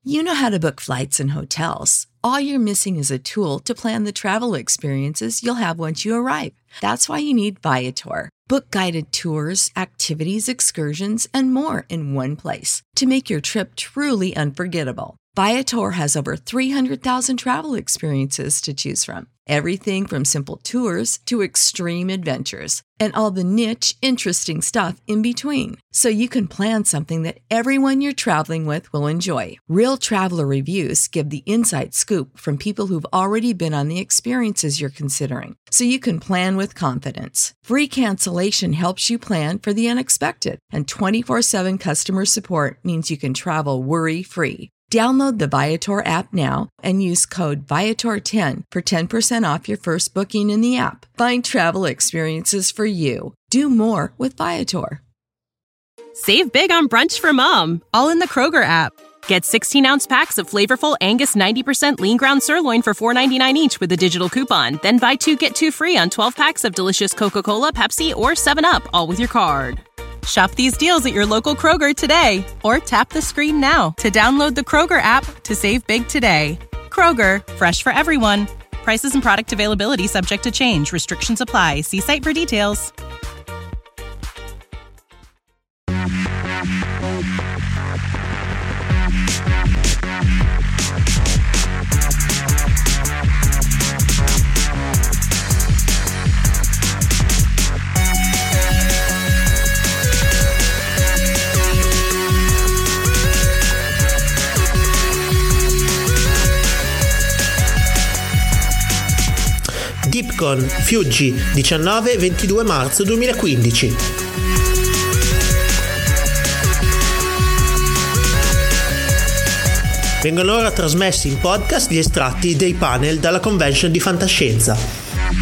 You know how to book flights and hotels. All you're missing is a tool to plan the travel experiences you'll have once you arrive. That's why you need Viator. Book guided tours, activities, excursions, and more in one place to make your trip truly unforgettable. Viator has over 300,000 travel experiences to choose from. Everything from simple tours to extreme adventures and all the niche, interesting stuff in between. So you can plan something that everyone you're traveling with will enjoy. Real traveler reviews give the inside scoop from people who've already been on the experiences you're considering. So you can plan with confidence. Free cancellation helps you plan for the unexpected. And 24/7 customer support means you can travel worry-free. Download the Viator app now and use code Viator10 for 10% off your first booking in the app. Find travel experiences for you. Do more with Viator. Save big on brunch for mom, all in the Kroger app. Get 16-ounce packs of flavorful Angus 90% lean ground sirloin for $4.99 each with a digital coupon. Then buy 2, get 2 free on 12 packs of delicious Coca-Cola, Pepsi, or 7UP, all with your card. Shop these deals at your local Kroger today, or tap the screen now to download the Kroger app to save big today. Kroger, fresh for everyone. Prices and product availability subject to change. Restrictions apply. See site for details. Dipcon, Fiuggi, 19-22 marzo 2015. Vengono ora trasmessi in podcast gli estratti dei panel dalla convention di fantascienza.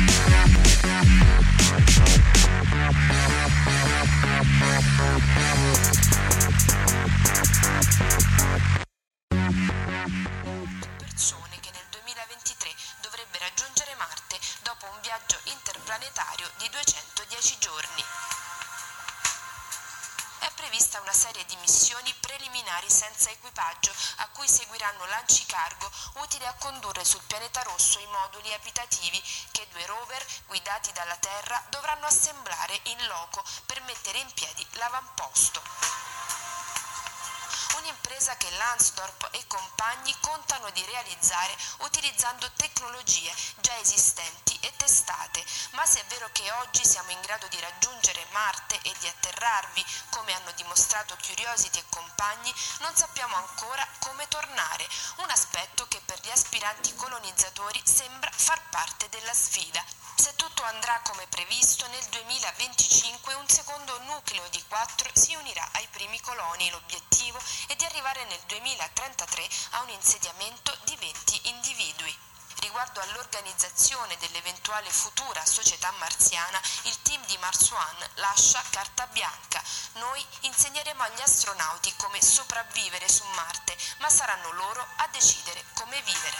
Un'impresa che Lansdorp e compagni contano di realizzare utilizzando tecnologie già esistenti e testate. Ma se è vero che oggi siamo in grado di raggiungere Marte e di atterrarvi, come hanno dimostrato Curiosity e compagni, non sappiamo ancora come tornare, un aspetto che per gli aspiranti colonizzatori sembra far parte della sfida. Se tutto andrà come previsto, nel 2025 un secondo nucleo di 4 si unirà ai primi coloni. L'obiettivo è di arrivare nel 2033 a un insediamento di 20 individui. Riguardo all'organizzazione dell'eventuale futura società marziana, il team di Mars One lascia carta bianca. Noi insegneremo agli astronauti come sopravvivere su Marte, ma saranno loro a decidere come vivere.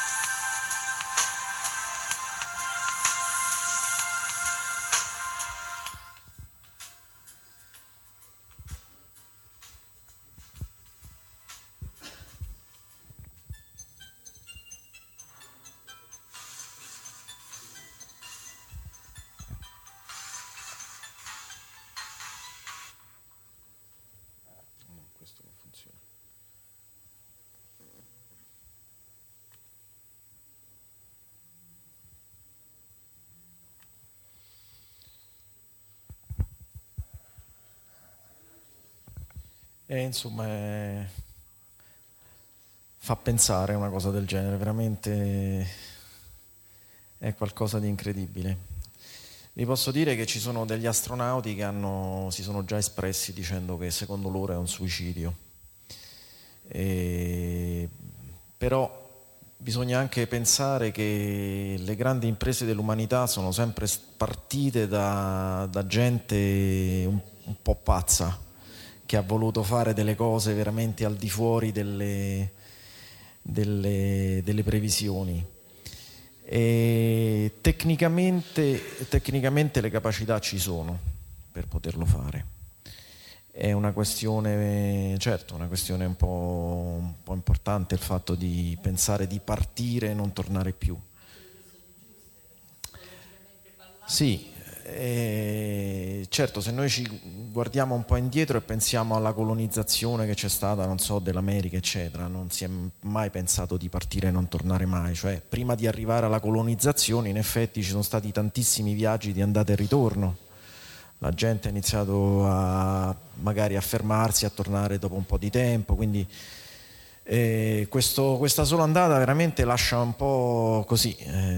E insomma fa pensare una cosa del genere, veramente è qualcosa di incredibile. Vi posso dire che ci sono degli astronauti che si sono già espressi dicendo che secondo loro è un suicidio. Però bisogna anche pensare che le grandi imprese dell'umanità sono sempre partite da gente un po' pazza, che ha voluto fare delle cose veramente al di fuori delle previsioni. E tecnicamente le capacità ci sono per poterlo fare. È una questione, certo, una questione un po' importante il fatto di pensare di partire e non tornare più. Sì, certo, se noi ci guardiamo un po' indietro e pensiamo alla colonizzazione che c'è stata, non so, dell'America eccetera, non si è mai pensato di partire e non tornare mai, cioè prima di arrivare alla colonizzazione in effetti ci sono stati tantissimi viaggi di andata e ritorno, la gente ha iniziato magari a fermarsi, a tornare dopo un po' di tempo, quindi questa sola andata veramente lascia un po' così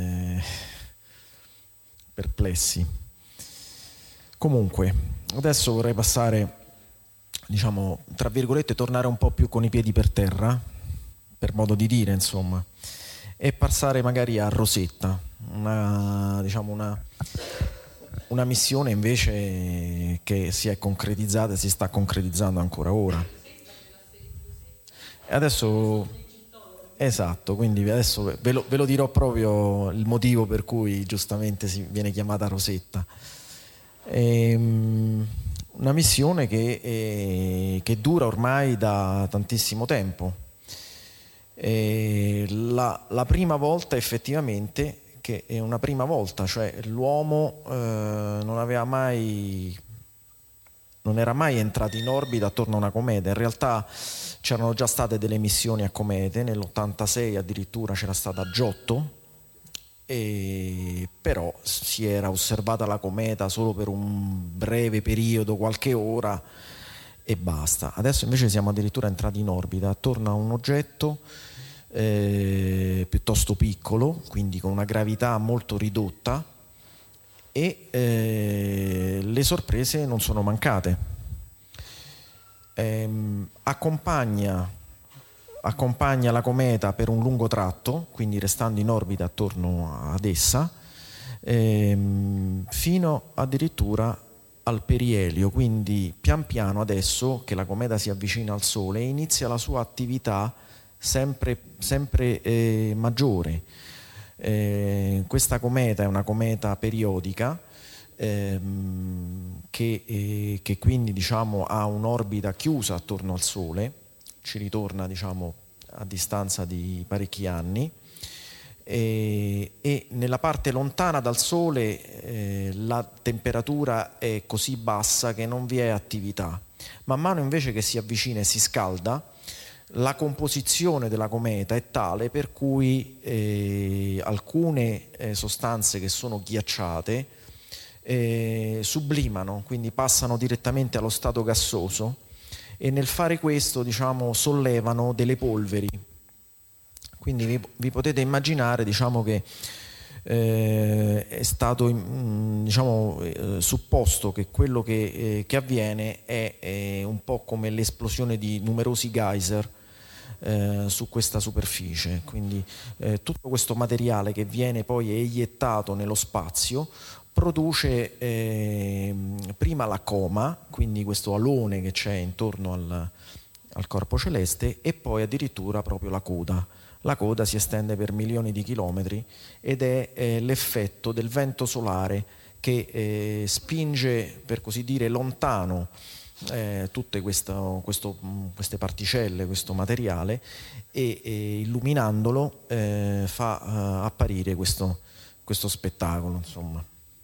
perplessi. Comunque, adesso vorrei passare, diciamo, tra virgolette, tornare un po' più con i piedi per terra, per modo di dire, insomma, e passare magari a Rosetta, una missione invece che si è concretizzata e si sta concretizzando ancora ora. E adesso, esatto, quindi adesso ve lo dirò proprio il motivo per cui giustamente si viene chiamata Rosetta. Una missione che dura ormai da tantissimo tempo. La prima volta effettivamente, che è una prima volta, cioè l'uomo non era mai entrato in orbita attorno a una cometa. In realtà c'erano già state delle missioni a comete, nell'86 addirittura c'era stata Giotto, però si era osservata la cometa solo per un breve periodo, qualche ora, e basta. Adesso invece siamo addirittura entrati in orbita attorno a un oggetto piuttosto piccolo, quindi con una gravità molto ridotta, e le sorprese non sono mancate. Accompagna la cometa per un lungo tratto, quindi restando in orbita attorno ad essa, fino addirittura al perielio, quindi pian piano adesso che la cometa si avvicina al Sole inizia la sua attività sempre maggiore. Questa cometa è una cometa periodica che quindi, diciamo, ha un'orbita chiusa attorno al Sole, ci ritorna, diciamo, a distanza di parecchi anni, e nella parte lontana dal Sole la temperatura è così bassa che non vi è attività. Man mano invece che si avvicina e si scalda, la composizione della cometa è tale per cui alcune sostanze che sono ghiacciate sublimano, quindi passano direttamente allo stato gassoso, e nel fare questo, diciamo, sollevano delle polveri. Quindi vi potete immaginare, diciamo, che è stato supposto che quello che avviene è un po' come l'esplosione di numerosi geyser su questa superficie. Quindi tutto questo materiale che viene poi eiettato nello spazio produce prima la coma, quindi questo alone che c'è intorno al corpo celeste, e poi addirittura proprio la coda. La coda si estende per milioni di chilometri ed è l'effetto del vento solare che spinge, per così dire, lontano tutte queste particelle, questo materiale, e illuminandolo fa apparire questo spettacolo, insomma.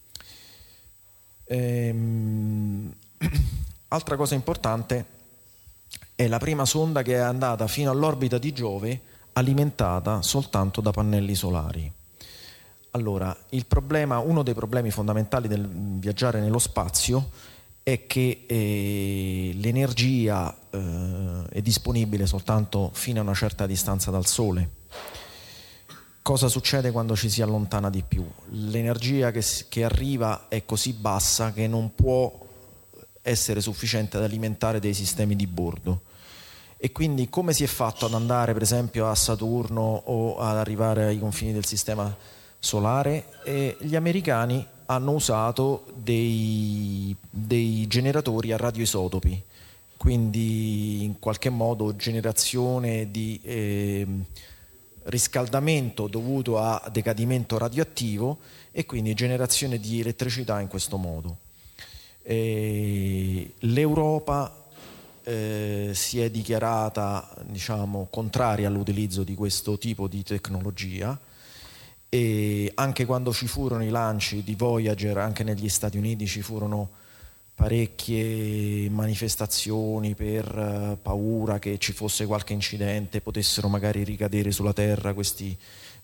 Altra cosa importante è la prima sonda che è andata fino all'orbita di Giove alimentata soltanto da pannelli solari. Allora, uno dei problemi fondamentali del viaggiare nello spazio è che l'energia è disponibile soltanto fino a una certa distanza dal Sole. Cosa succede quando ci si allontana di più? L'energia che arriva è così bassa che non può essere sufficiente ad alimentare dei sistemi di bordo. E quindi come si è fatto ad andare per esempio a Saturno o ad arrivare ai confini del sistema solare? Gli americani hanno usato dei generatori a radioisotopi, quindi in qualche modo generazione di riscaldamento dovuto a decadimento radioattivo, e quindi generazione di elettricità in questo modo. L'Europa si è dichiarata, diciamo, contraria all'utilizzo di questo tipo di tecnologia, e anche quando ci furono i lanci di Voyager anche negli Stati Uniti ci furono parecchie manifestazioni per paura che ci fosse qualche incidente, potessero magari ricadere sulla Terra queste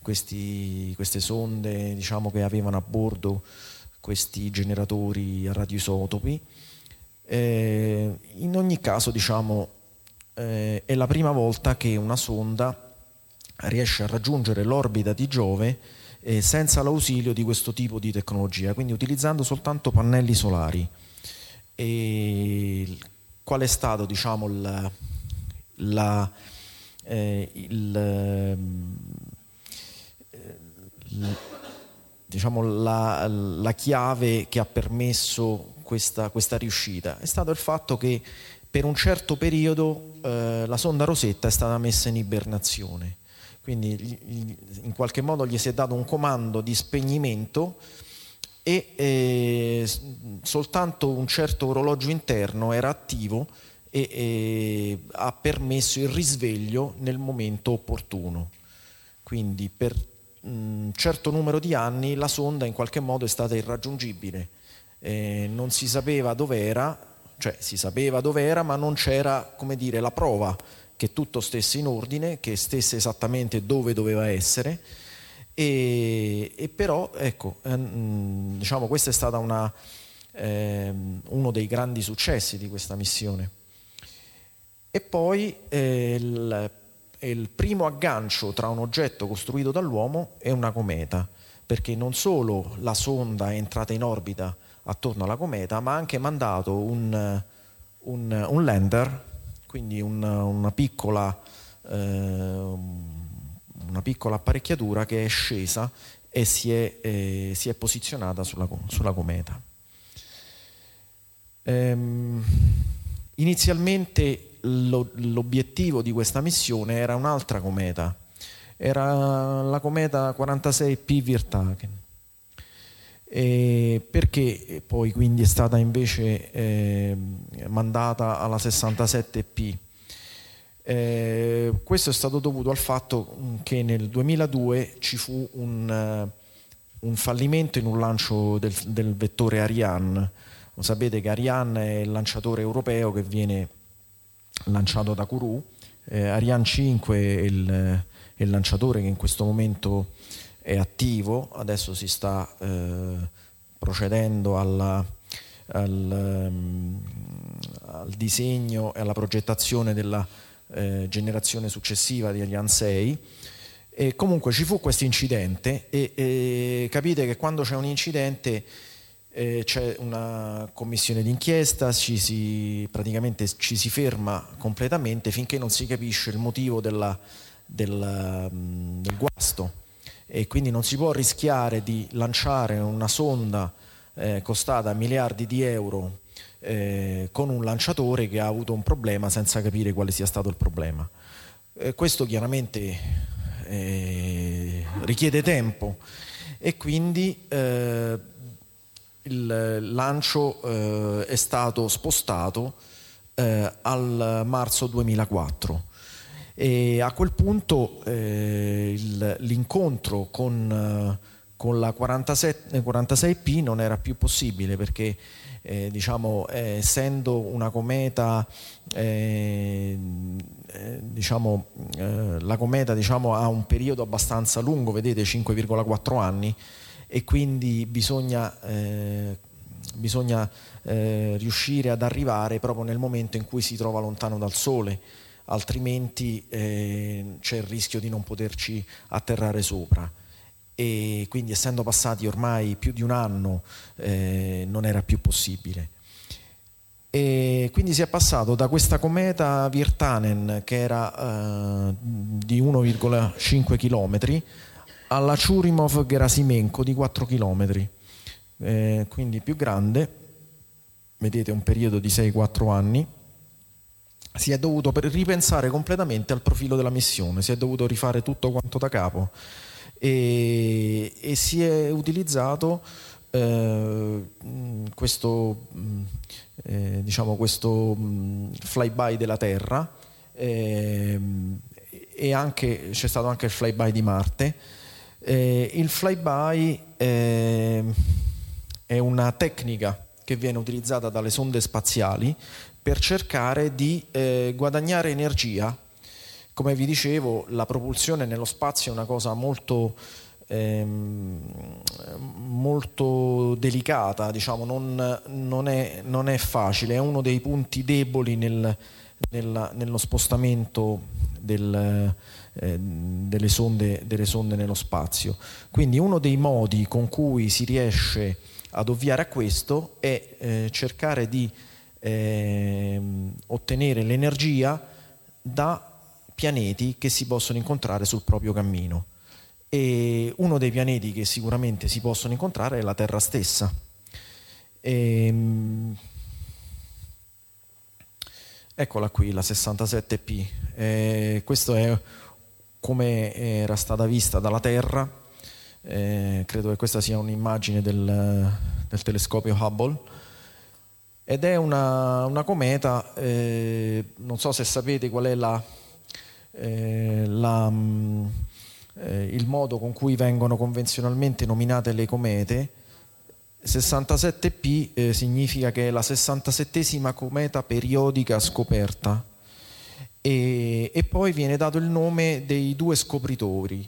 sonde, diciamo, che avevano a bordo questi generatori a radioisotopi. In ogni caso, diciamo, è la prima volta che una sonda riesce a raggiungere l'orbita di Giove senza l'ausilio di questo tipo di tecnologia, quindi utilizzando soltanto pannelli solari. E qual è stato, diciamo, la chiave che ha permesso questa riuscita? È stato il fatto che per un certo periodo la sonda Rosetta è stata messa in ibernazione, quindi in qualche modo gli si è dato un comando di spegnimento e soltanto un certo orologio interno era attivo e ha permesso il risveglio nel momento opportuno. Quindi per un certo numero di anni la sonda in qualche modo è stata irraggiungibile, non si sapeva dov'era, cioè si sapeva dov'era, ma non c'era, come dire, la prova che tutto stesse in ordine, che stesse esattamente dove doveva essere, e però ecco, diciamo, questo è stato uno dei grandi successi di questa missione. E poi il primo aggancio tra un oggetto costruito dall'uomo e una cometa, perché non solo la sonda è entrata in orbita attorno alla cometa, ma ha anche mandato un lander, quindi una piccola apparecchiatura che è scesa e si è posizionata sulla cometa. Inizialmente l'obiettivo di questa missione era un'altra cometa, era la cometa 46P Virtagen, perché poi quindi è stata invece mandata alla 67P. Questo è stato dovuto al fatto che nel 2002 ci fu un fallimento in un lancio del vettore Ariane. Lo sapete che Ariane è il lanciatore europeo che viene lanciato da Kourou. Ariane 5 è il lanciatore che in questo momento è attivo, adesso si sta procedendo al disegno e alla progettazione della generazione successiva di Ariane 6. E comunque ci fu questo incidente e capite che quando c'è un incidente c'è una commissione d'inchiesta, praticamente ci si ferma completamente finché non si capisce il motivo del guasto, e quindi non si può rischiare di lanciare una sonda costata miliardi di euro con un lanciatore che ha avuto un problema senza capire quale sia stato il problema. Questo chiaramente richiede tempo e quindi il lancio è stato spostato al marzo 2004 e a quel punto l'incontro con la 46P non era più possibile perché diciamo, essendo una cometa la cometa, diciamo, ha un periodo abbastanza lungo, vedete, 5,4 anni, e quindi bisogna riuscire ad arrivare proprio nel momento in cui si trova lontano dal Sole, altrimenti c'è il rischio di non poterci atterrare sopra. E quindi, essendo passati ormai più di un anno, non era più possibile. E quindi si è passato da questa cometa Virtanen, che era di 1,5 km, alla Churyumov-Gerasimenko di 4 km, quindi più grande, vedete, un periodo di 6-4 anni. Si è dovuto ripensare completamente al profilo della missione, si è dovuto rifare tutto quanto da capo e si è utilizzato questo flyby della Terra, e anche c'è stato anche il flyby di Marte. Il flyby è una tecnica che viene utilizzata dalle sonde spaziali per cercare di guadagnare energia. Come vi dicevo, la propulsione nello spazio è una cosa molto delicata, diciamo, non è facile, è uno dei punti deboli nello spostamento delle sonde nello spazio. Quindi uno dei modi con cui si riesce ad ovviare a questo è cercare di ottenere l'energia da pianeti che si possono incontrare sul proprio cammino. E uno dei pianeti che sicuramente si possono incontrare è la Terra stessa. Eccola qui, la 67P. Questo è come era stata vista dalla Terra. Credo che questa sia un'immagine del telescopio Hubble. Ed è una cometa, non so se sapete qual è il modo con cui vengono convenzionalmente nominate le comete. 67P significa che è la 67esima cometa periodica scoperta, e poi viene dato il nome dei due scopritori,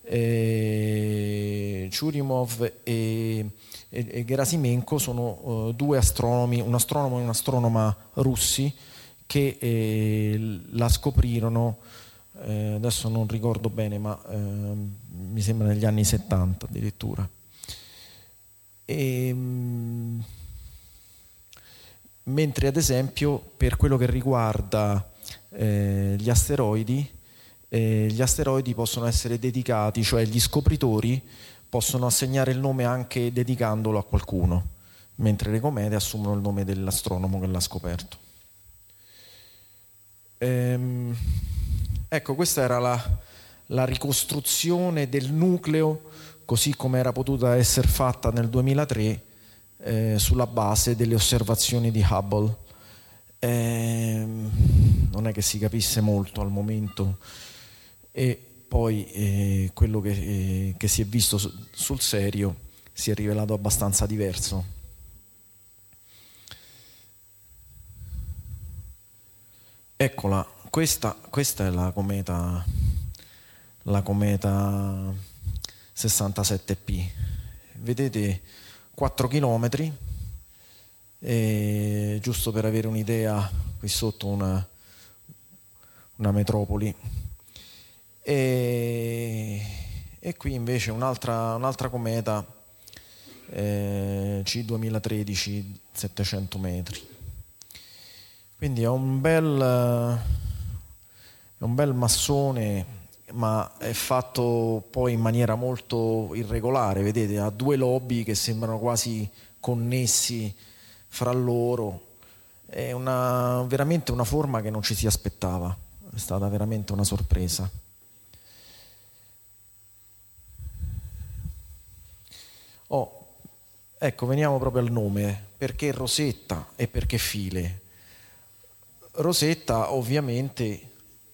Churyumov e Gerasimenko. Sono due astronomi, un astronomo e un'astronoma russi, che la scoprirono, adesso non ricordo bene, ma mi sembra negli anni 70 addirittura. Mentre ad esempio per quello che riguarda gli asteroidi possono essere dedicati, cioè gli scopritori possono assegnare il nome anche dedicandolo a qualcuno, mentre le comete assumono il nome dell'astronomo che l'ha scoperto. Ecco, questa era la ricostruzione del nucleo così come era potuta essere fatta nel 2003 sulla base delle osservazioni di Hubble. Non è che si capisse molto al momento, e poi quello che si è visto sul serio si è rivelato abbastanza diverso. Eccola, questa è la cometa 67P. Vedete 4 chilometri, giusto per avere un'idea, qui sotto una metropoli, e qui invece un'altra cometa C2013 700 metri. Quindi è un bel massone, ma è fatto poi in maniera molto irregolare. Vedete, ha due lobi che sembrano quasi connessi fra loro. È veramente una forma che non ci si aspettava, è stata veramente una sorpresa. Ecco, veniamo proprio al nome. Perché Rosetta e perché File? Rosetta ovviamente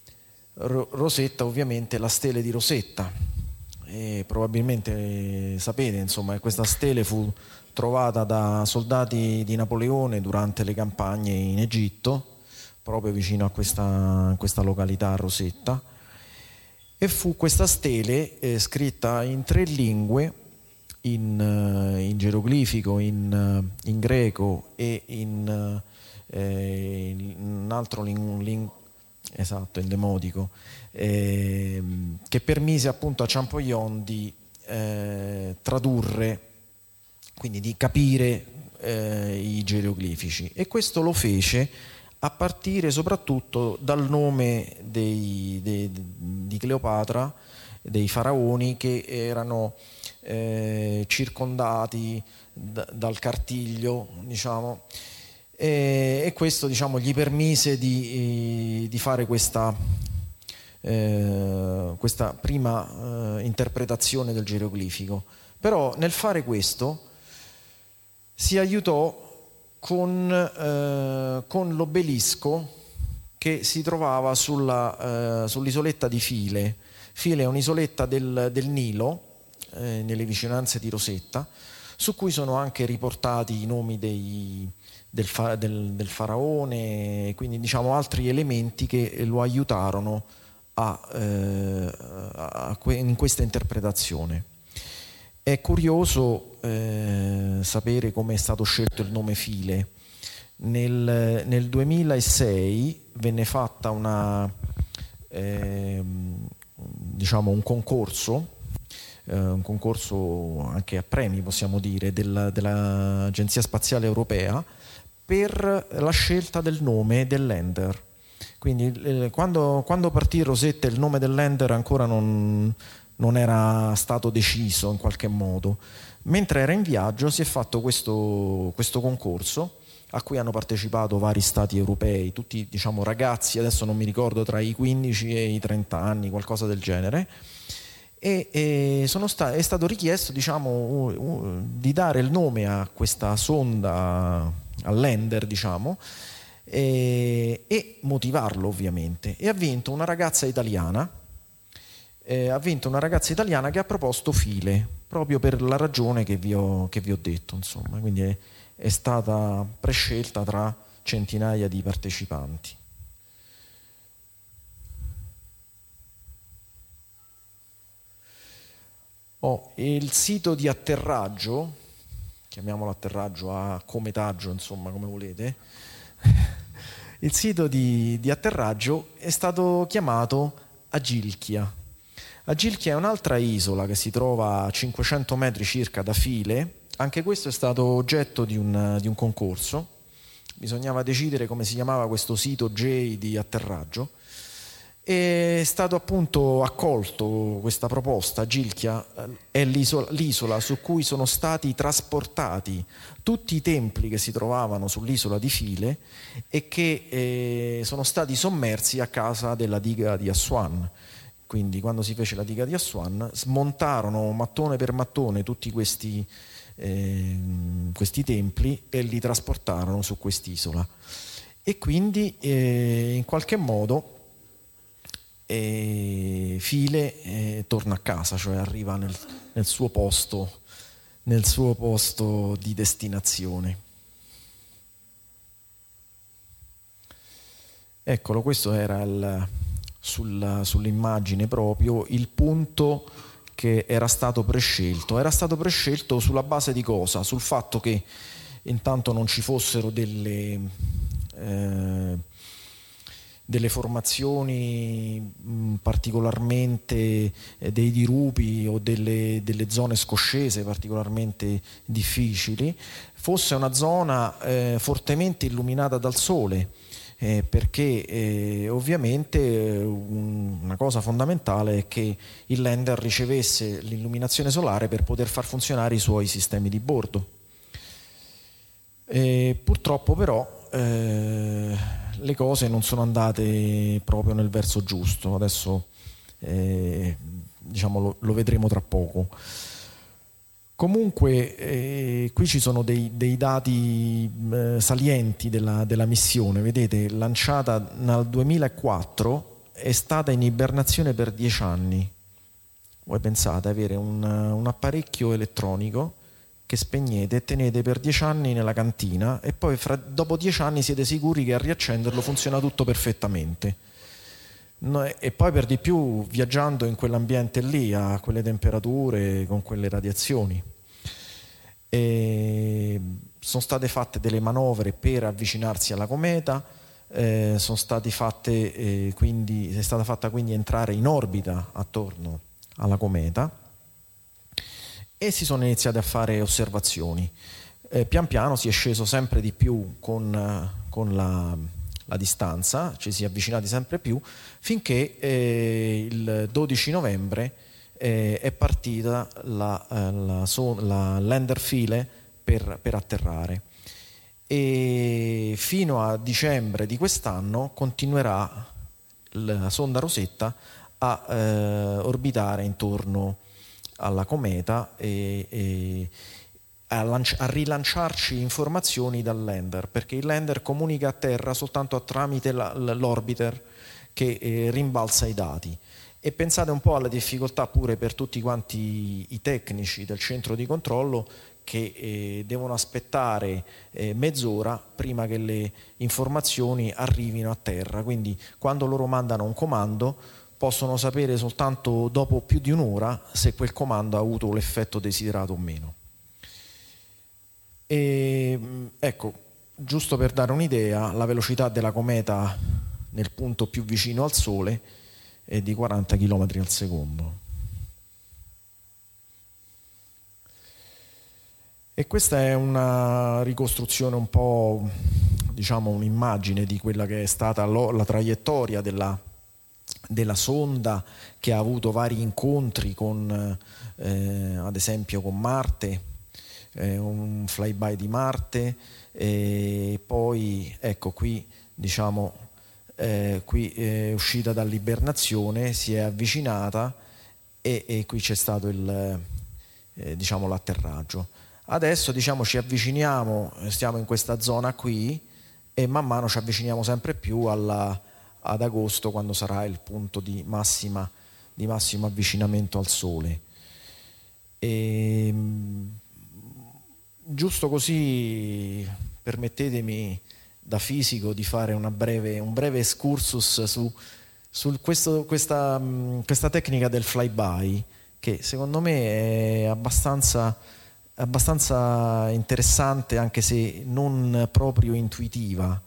la stele di Rosetta, e probabilmente sapete, insomma, che questa stele fu trovata da soldati di Napoleone durante le campagne in Egitto, proprio vicino a questa località, Rosetta, e fu questa stele scritta in 3 lingue, in geroglifico, in greco e in un altro esatto, il demodico, che permise appunto a Champollion di tradurre, quindi di capire i geroglifici, e questo lo fece a partire soprattutto dal nome di Cleopatra, dei faraoni che erano circondati dal Cartiglio, diciamo. E questo, diciamo, gli permise di fare questa prima interpretazione del geroglifico. Però nel fare questo si aiutò con l'obelisco che si trovava sull'isoletta di File. File è un'isoletta del Nilo, nelle vicinanze di Rosetta, su cui sono anche riportati i nomi del faraone, quindi diciamo altri elementi che lo aiutarono in questa interpretazione. È curioso sapere come è stato scelto il nome File. Nel 2006 venne fatta diciamo un concorso anche a premi, possiamo dire, dell'Agenzia Spaziale Europea per la scelta del nome del lander. Quindi quando partì Rosetta il nome del lander ancora non era stato deciso in qualche modo. Mentre era in viaggio si è fatto questo concorso a cui hanno partecipato vari stati europei, tutti diciamo ragazzi, adesso non mi ricordo, tra i 15 e i 30 anni, qualcosa del genere, e è stato richiesto diciamo di dare il nome a questa sonda, al lander diciamo, e motivarlo ovviamente, e ha vinto una ragazza italiana che ha proposto File proprio per la ragione che vi ho detto, insomma. Quindi è stata prescelta tra centinaia di partecipanti. Il sito di atterraggio, chiamiamolo atterraggio a cometaggio, insomma, come volete, il sito di atterraggio è stato chiamato Agilchia. Agilchia è un'altra isola che si trova a 500 metri circa da File. Anche questo è stato oggetto di un concorso. Bisognava decidere come si chiamava questo sito J di atterraggio. È stato appunto accolto questa proposta. Agilchia è l'isola su cui sono stati trasportati tutti i templi che si trovavano sull'isola di File e che sono stati sommersi a causa della diga di Assuan. Quindi quando si fece la diga di Assuan smontarono mattone per mattone tutti questi templi e li trasportarono su quest'isola. E quindi in qualche modo File torna a casa, cioè arriva nel suo posto di destinazione. Eccolo, questo era sull'immagine proprio il punto che era stato prescelto. Era stato prescelto sulla base di cosa? Sul fatto che intanto non ci fossero delle formazioni particolarmente dei dirupi o delle zone scoscese particolarmente difficili, fosse una zona fortemente illuminata dal sole, perché ovviamente una cosa fondamentale è che il lander ricevesse l'illuminazione solare per poter far funzionare i suoi sistemi di bordo. Purtroppo però le cose non sono andate proprio nel verso giusto. Adesso diciamo lo vedremo tra poco. Comunque qui ci sono dei dati salienti della missione. Vedete, lanciata nel 2004, è stata in ibernazione per 10 anni. Voi pensate avere un apparecchio elettronico che spegnete e tenete per 10 anni nella cantina e poi dopo 10 anni siete sicuri che a riaccenderlo funziona tutto perfettamente. E poi per di più viaggiando in quell'ambiente lì, a quelle temperature, con quelle radiazioni. Sono state fatte delle manovre per avvicinarsi alla cometa, è stata fatta quindi entrare in orbita attorno alla cometa e si sono iniziate a fare osservazioni. Pian piano si è sceso sempre di più con la distanza, ci si è avvicinati sempre più, finché il 12 novembre è partita la lander File per atterrare, e fino a dicembre di quest'anno continuerà la sonda Rosetta a orbitare intorno alla cometa e a rilanciarci informazioni dal lander, perché il lander comunica a terra soltanto tramite l'orbiter che rimbalza i dati. E pensate un po' alla difficoltà pure per tutti quanti i tecnici del centro di controllo che devono aspettare mezz'ora prima che le informazioni arrivino a terra. Quindi quando loro mandano un comando possono sapere soltanto dopo più di un'ora se quel comando ha avuto l'effetto desiderato o meno. E, ecco, giusto per dare un'idea, la velocità della cometa nel punto più vicino al Sole è di 40 km al secondo. E questa è una ricostruzione un po', diciamo, un'immagine di quella che è stata la traiettoria della sonda, che ha avuto vari incontri con, ad esempio, con Marte, un flyby di Marte, e poi, ecco qui, diciamo, qui è uscita dall'ibernazione, si è avvicinata e qui c'è stato diciamo, l'atterraggio. Adesso, diciamo, ci avviciniamo, stiamo in questa zona qui e man mano ci avviciniamo sempre più ad agosto, quando sarà il punto di massimo avvicinamento al Sole. E, giusto così, permettetemi da fisico di fare un breve excursus su questa tecnica del flyby, che secondo me è abbastanza interessante, anche se non proprio intuitiva.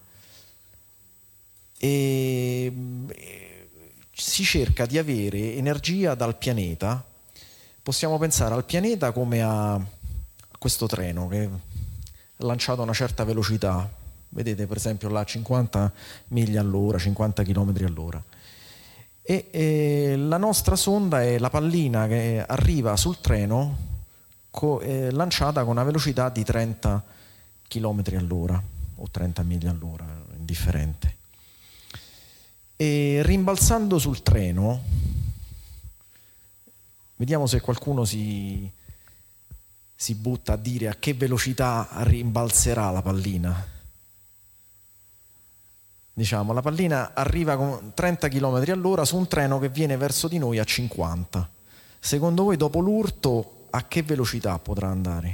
E si cerca di avere energia dal pianeta. Possiamo pensare al pianeta come a questo treno che è lanciato a una certa velocità, vedete per esempio là 50 miglia all'ora, 50 km all'ora, e la nostra sonda è la pallina che arriva sul treno lanciata con una velocità di 30 km all'ora o 30 miglia all'ora, indifferente. E rimbalzando sul treno, vediamo se qualcuno si butta a dire a che velocità rimbalzerà la pallina. Diciamo, la pallina arriva con 30 km all'ora su un treno che viene verso di noi a 50. Secondo voi, dopo l'urto, a che velocità potrà andare?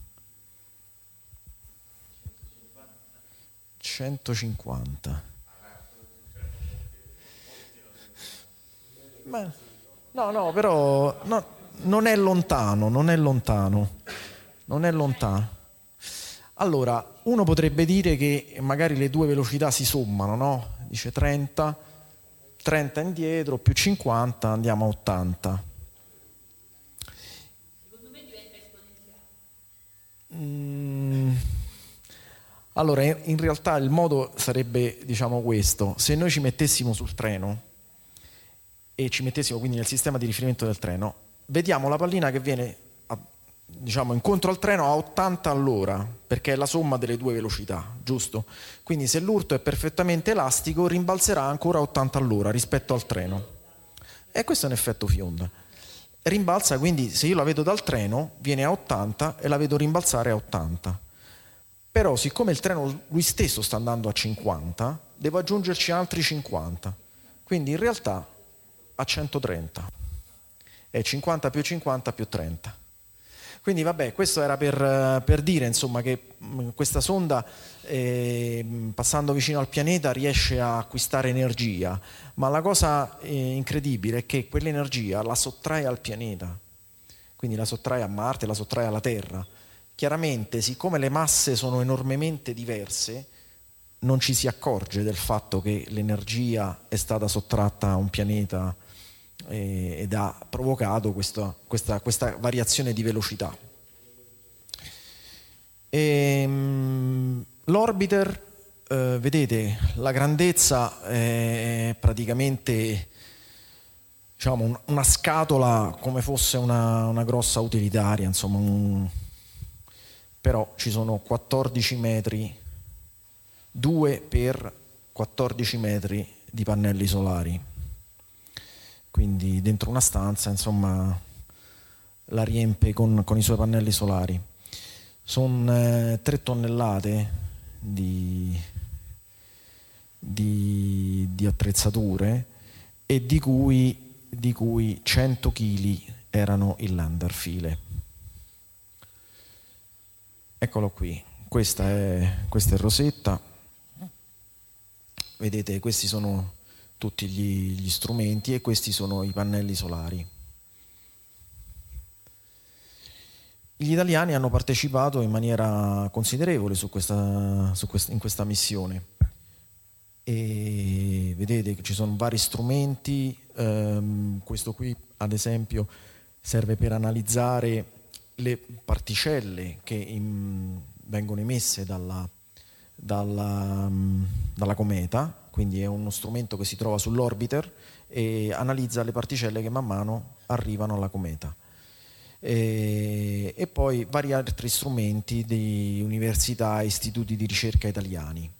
150. Ma, no, però non è lontano. Allora, uno potrebbe dire che magari le due velocità si sommano, no? Dice 30 indietro più 50, andiamo a 80. Secondo me diventa esponenziale. Allora, in realtà il modo sarebbe, diciamo, questo: se noi ci mettessimo sul treno e ci mettessimo quindi nel sistema di riferimento del treno, vediamo la pallina che viene, diciamo, incontro al treno a 80 all'ora, perché è la somma delle due velocità, giusto? Quindi se l'urto è perfettamente elastico, rimbalzerà ancora a 80 all'ora rispetto al treno. E questo è un effetto fionda. Rimbalza, quindi se io la vedo dal treno, viene a 80 e la vedo rimbalzare a 80. Però siccome il treno lui stesso sta andando a 50, devo aggiungerci altri 50. Quindi in realtà a 130. È 50 più 50 più 30. Quindi vabbè, questo era per dire, insomma, che questa sonda, passando vicino al pianeta, riesce a acquistare energia, ma la cosa incredibile è che quell'energia la sottrae al pianeta, quindi la sottrae a Marte, la sottrae alla Terra. Chiaramente, siccome le masse sono enormemente diverse, non ci si accorge del fatto che l'energia è stata sottratta a un pianeta ed ha provocato questa variazione di velocità. L'orbiter, vedete, la grandezza è praticamente, diciamo, una scatola, come fosse una grossa utilitaria, insomma, però ci sono 14 metri, 2 per 14 metri di pannelli solari. Quindi dentro una stanza, insomma, la riempie con i suoi pannelli solari. Sono 3 tonnellate di attrezzature e di cui 100 kg erano il landerfile. Eccolo qui, questa è Rosetta. Vedete, questi sono tutti gli strumenti e questi sono i pannelli solari. Gli italiani hanno partecipato in maniera considerevole in questa missione e vedete che ci sono vari strumenti. Questo qui ad esempio serve per analizzare le particelle che vengono emesse dalla cometa, quindi è uno strumento che si trova sull'orbiter e analizza le particelle che man mano arrivano alla cometa. E poi vari altri strumenti di università e istituti di ricerca italiani.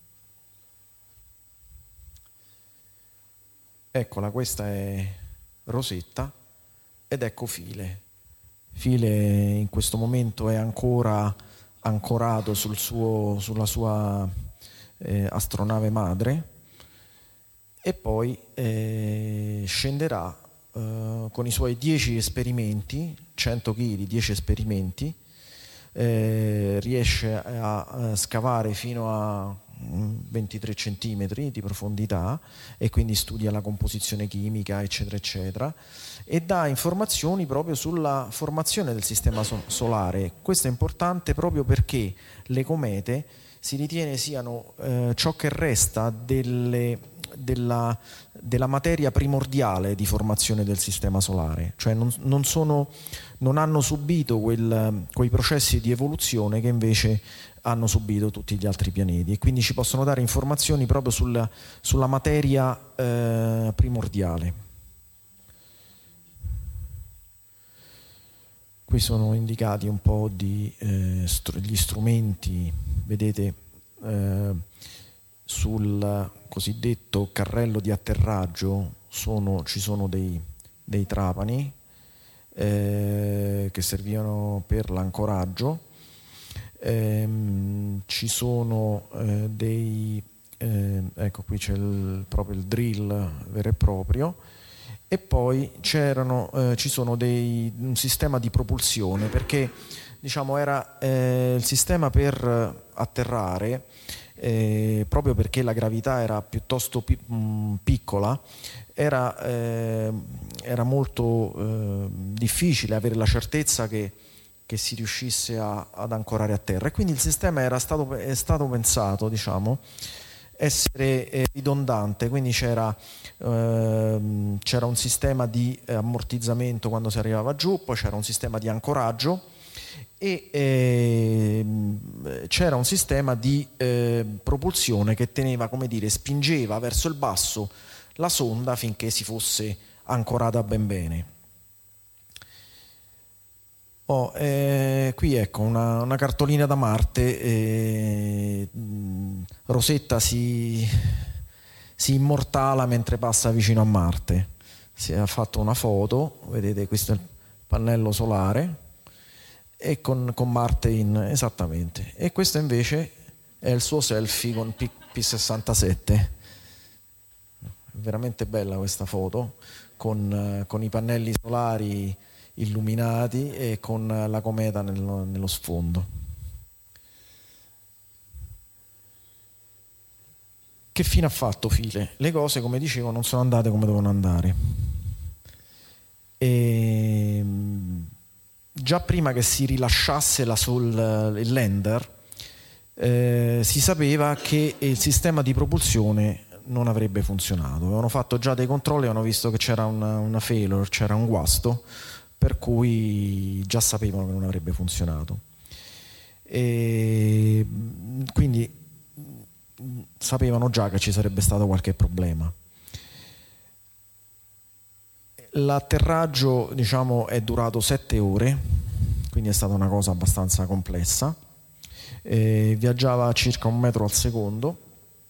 Eccola, questa è Rosetta ed ecco File. File in questo momento è ancora ancorato sulla sua astronave madre e poi scenderà con i suoi 10 esperimenti, 100 kg, 10 esperimenti, riesce a scavare fino a 23 centimetri di profondità e quindi studia la composizione chimica, eccetera, eccetera, e dà informazioni proprio sulla formazione del sistema solare. Questo è importante proprio perché le comete si ritiene siano ciò che resta della materia primordiale di formazione del sistema solare, cioè non hanno subito quei processi di evoluzione che invece hanno subito tutti gli altri pianeti, e quindi ci possono dare informazioni proprio sulla materia primordiale. Qui sono indicati un po' gli strumenti, vedete, sul cosiddetto carrello di atterraggio ci sono dei trapani che servivano per l'ancoraggio, ci sono ecco qui c'è proprio il drill vero e proprio, e poi ci sono un sistema di propulsione, perché diciamo era il sistema per atterrare, proprio perché la gravità era piuttosto piccola, era molto difficile avere la certezza che si riuscisse ad ancorare a terra, e quindi il sistema è stato pensato, diciamo, essere ridondante, quindi c'era un sistema di ammortizzamento quando si arrivava giù, poi c'era un sistema di ancoraggio e c'era un sistema di propulsione che teneva, come dire, spingeva verso il basso la sonda finché si fosse ancorata ben bene. Qui ecco una cartolina da Marte. Rosetta si immortala mentre passa vicino a Marte. Si è fatto una foto, vedete, questo è il pannello solare e con Marte esattamente, e questo invece è il suo selfie con P67. Veramente bella questa foto con i pannelli solari illuminati e con la cometa nello sfondo. Che fine ha fatto File? Le cose, come dicevo, non sono andate come dovevano andare. Già prima che si rilasciasse il lander, si sapeva che il sistema di propulsione non avrebbe funzionato. Avevano fatto già dei controlli, avevano visto che c'era una failure, c'era un guasto, per cui già sapevano che non avrebbe funzionato. E quindi sapevano già che ci sarebbe stato qualche problema. L'atterraggio, diciamo, è durato 7 ore, quindi è stata una cosa abbastanza complessa. Viaggiava a circa 1 metro al secondo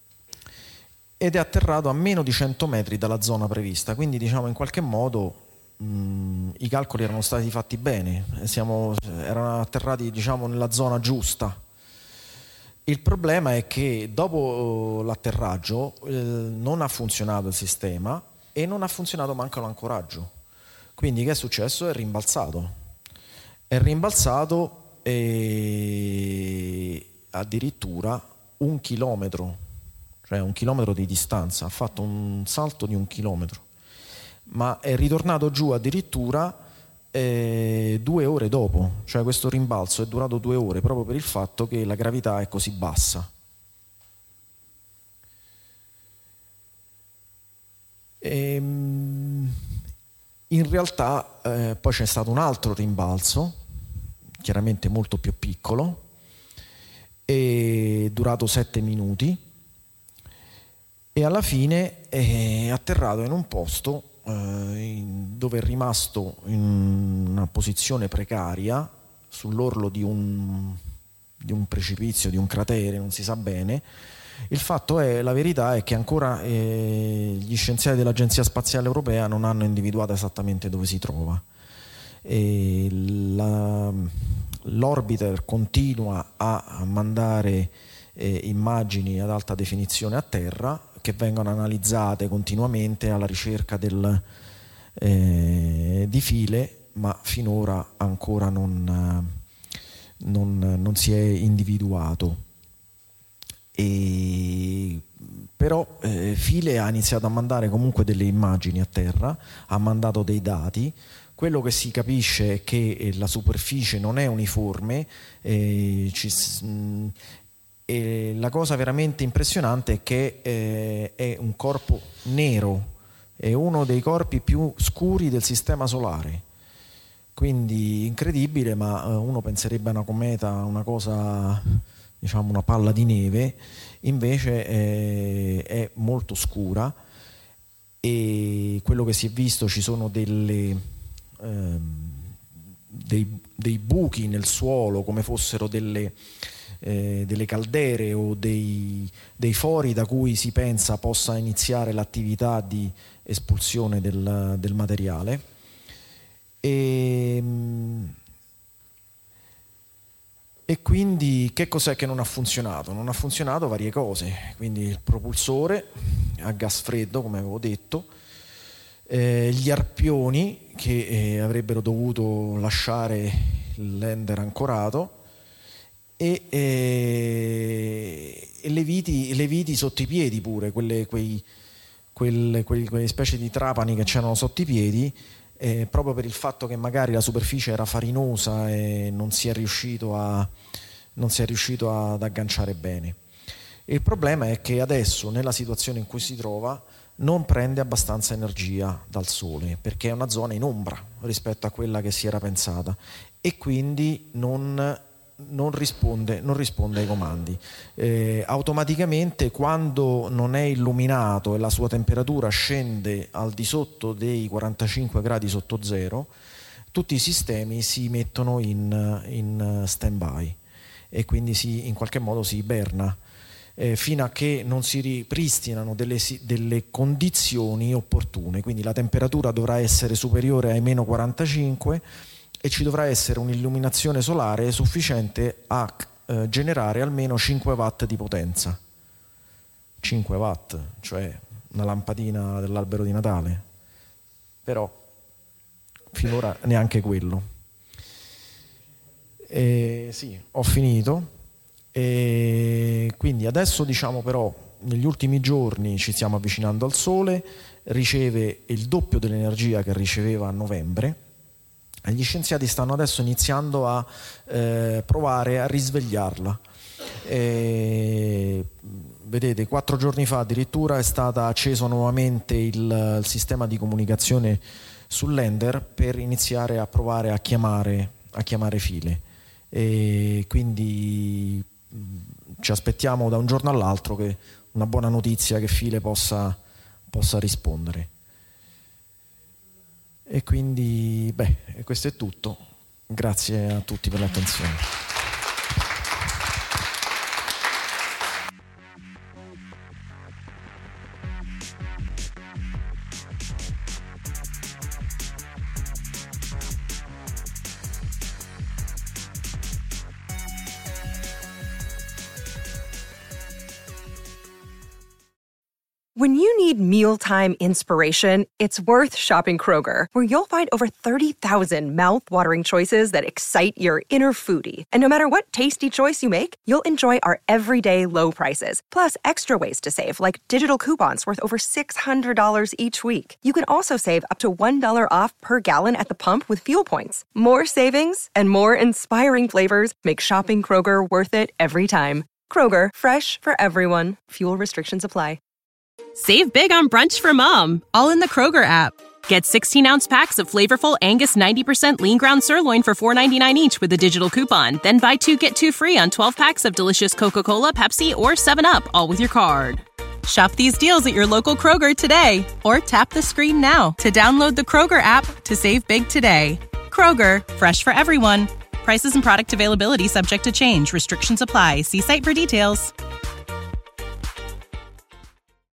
ed è atterrato a meno di 100 metri dalla zona prevista, quindi diciamo in qualche modo i calcoli erano stati fatti bene, erano atterrati, diciamo, nella zona giusta. Il problema è che dopo l'atterraggio non ha funzionato il sistema e non ha funzionato manco l'ancoraggio. Quindi che è successo? È rimbalzato addirittura 1 chilometro, cioè 1 chilometro di distanza, ha fatto un salto di 1 chilometro, ma è ritornato giù addirittura 2 ore dopo, cioè questo rimbalzo è durato 2 ore proprio per il fatto che la gravità è così bassa. In realtà poi c'è stato un altro rimbalzo, chiaramente molto più piccolo, è durato 7 minuti e alla fine è atterrato in un posto dove è rimasto in una posizione precaria sull'orlo di un precipizio, di un cratere, non si sa bene. La verità è che ancora gli scienziati dell'Agenzia Spaziale Europea non hanno individuato esattamente dove si trova. L'orbiter continua a mandare immagini ad alta definizione a terra che vengono analizzate continuamente alla ricerca di file, ma finora ancora non si è individuato. Però File ha iniziato a mandare comunque delle immagini a terra, ha mandato dei dati. Quello che si capisce è che la superficie non è uniforme, e la cosa veramente impressionante è che è un corpo nero, è uno dei corpi più scuri del sistema solare, quindi incredibile, ma uno penserebbe a una cometa, una cosa, diciamo una palla di neve, invece è molto scura, e quello che si è visto, ci sono dei buchi nel suolo come fossero delle caldere o dei fori da cui si pensa possa iniziare l'attività di espulsione del materiale. E quindi che cos'è che non ha funzionato? Non ha funzionato varie cose, quindi il propulsore a gas freddo, come avevo detto, gli arpioni che avrebbero dovuto lasciare il lander ancorato, e le viti sotto i piedi pure, quelle specie di trapani che c'erano sotto i piedi, proprio per il fatto che magari la superficie era farinosa e non si è riuscito ad agganciare bene. Il problema è che adesso, nella situazione in cui si trova, non prende abbastanza energia dal sole, perché è una zona in ombra rispetto a quella che si era pensata, e quindi non risponde ai comandi. Automaticamente, quando non è illuminato e la sua temperatura scende al di sotto dei 45 gradi sotto zero, tutti i sistemi si mettono in stand-by e quindi in qualche modo si iberna, fino a che non si ripristinano delle condizioni opportune. Quindi la temperatura dovrà essere superiore ai meno 45 e ci dovrà essere un'illuminazione solare sufficiente a generare almeno 5 watt di potenza. 5 watt, cioè una lampadina dell'albero di Natale. Però finora neanche quello. Sì, ho finito. Quindi adesso, diciamo, però negli ultimi giorni ci stiamo avvicinando al Sole, riceve il doppio dell'energia che riceveva a novembre. E gli scienziati stanno adesso iniziando a provare a risvegliarla. Vedete, 4 giorni fa addirittura è stato acceso nuovamente il sistema di comunicazione sul lander per iniziare a provare a chiamare File. E quindi ci aspettiamo da un giorno all'altro che una buona notizia, che File possa rispondere. E quindi, questo è tutto. Grazie a tutti per l'attenzione. When you need mealtime inspiration, it's worth shopping Kroger, where you'll find over 30,000 mouth-watering choices that excite your inner foodie. And no matter what tasty choice you make, you'll enjoy our everyday low prices, plus extra ways to save, like digital coupons worth over $600 each week. You can also save up to $1 off per gallon at the pump with fuel points. More savings and more inspiring flavors make shopping Kroger worth it every time. Kroger, fresh for everyone. Fuel restrictions apply. Save big on brunch for mom, all in the Kroger app. Get 16-ounce packs of flavorful Angus 90% lean ground sirloin for $4.99 each with a digital coupon. Then buy 2, get 2 free on 12 packs of delicious Coca-Cola, Pepsi, or 7-Up, all with your card. Shop these deals at your local Kroger today, or tap the screen now to download the Kroger app to save big today. Kroger, fresh for everyone. Prices and product availability subject to change. Restrictions apply. See site for details.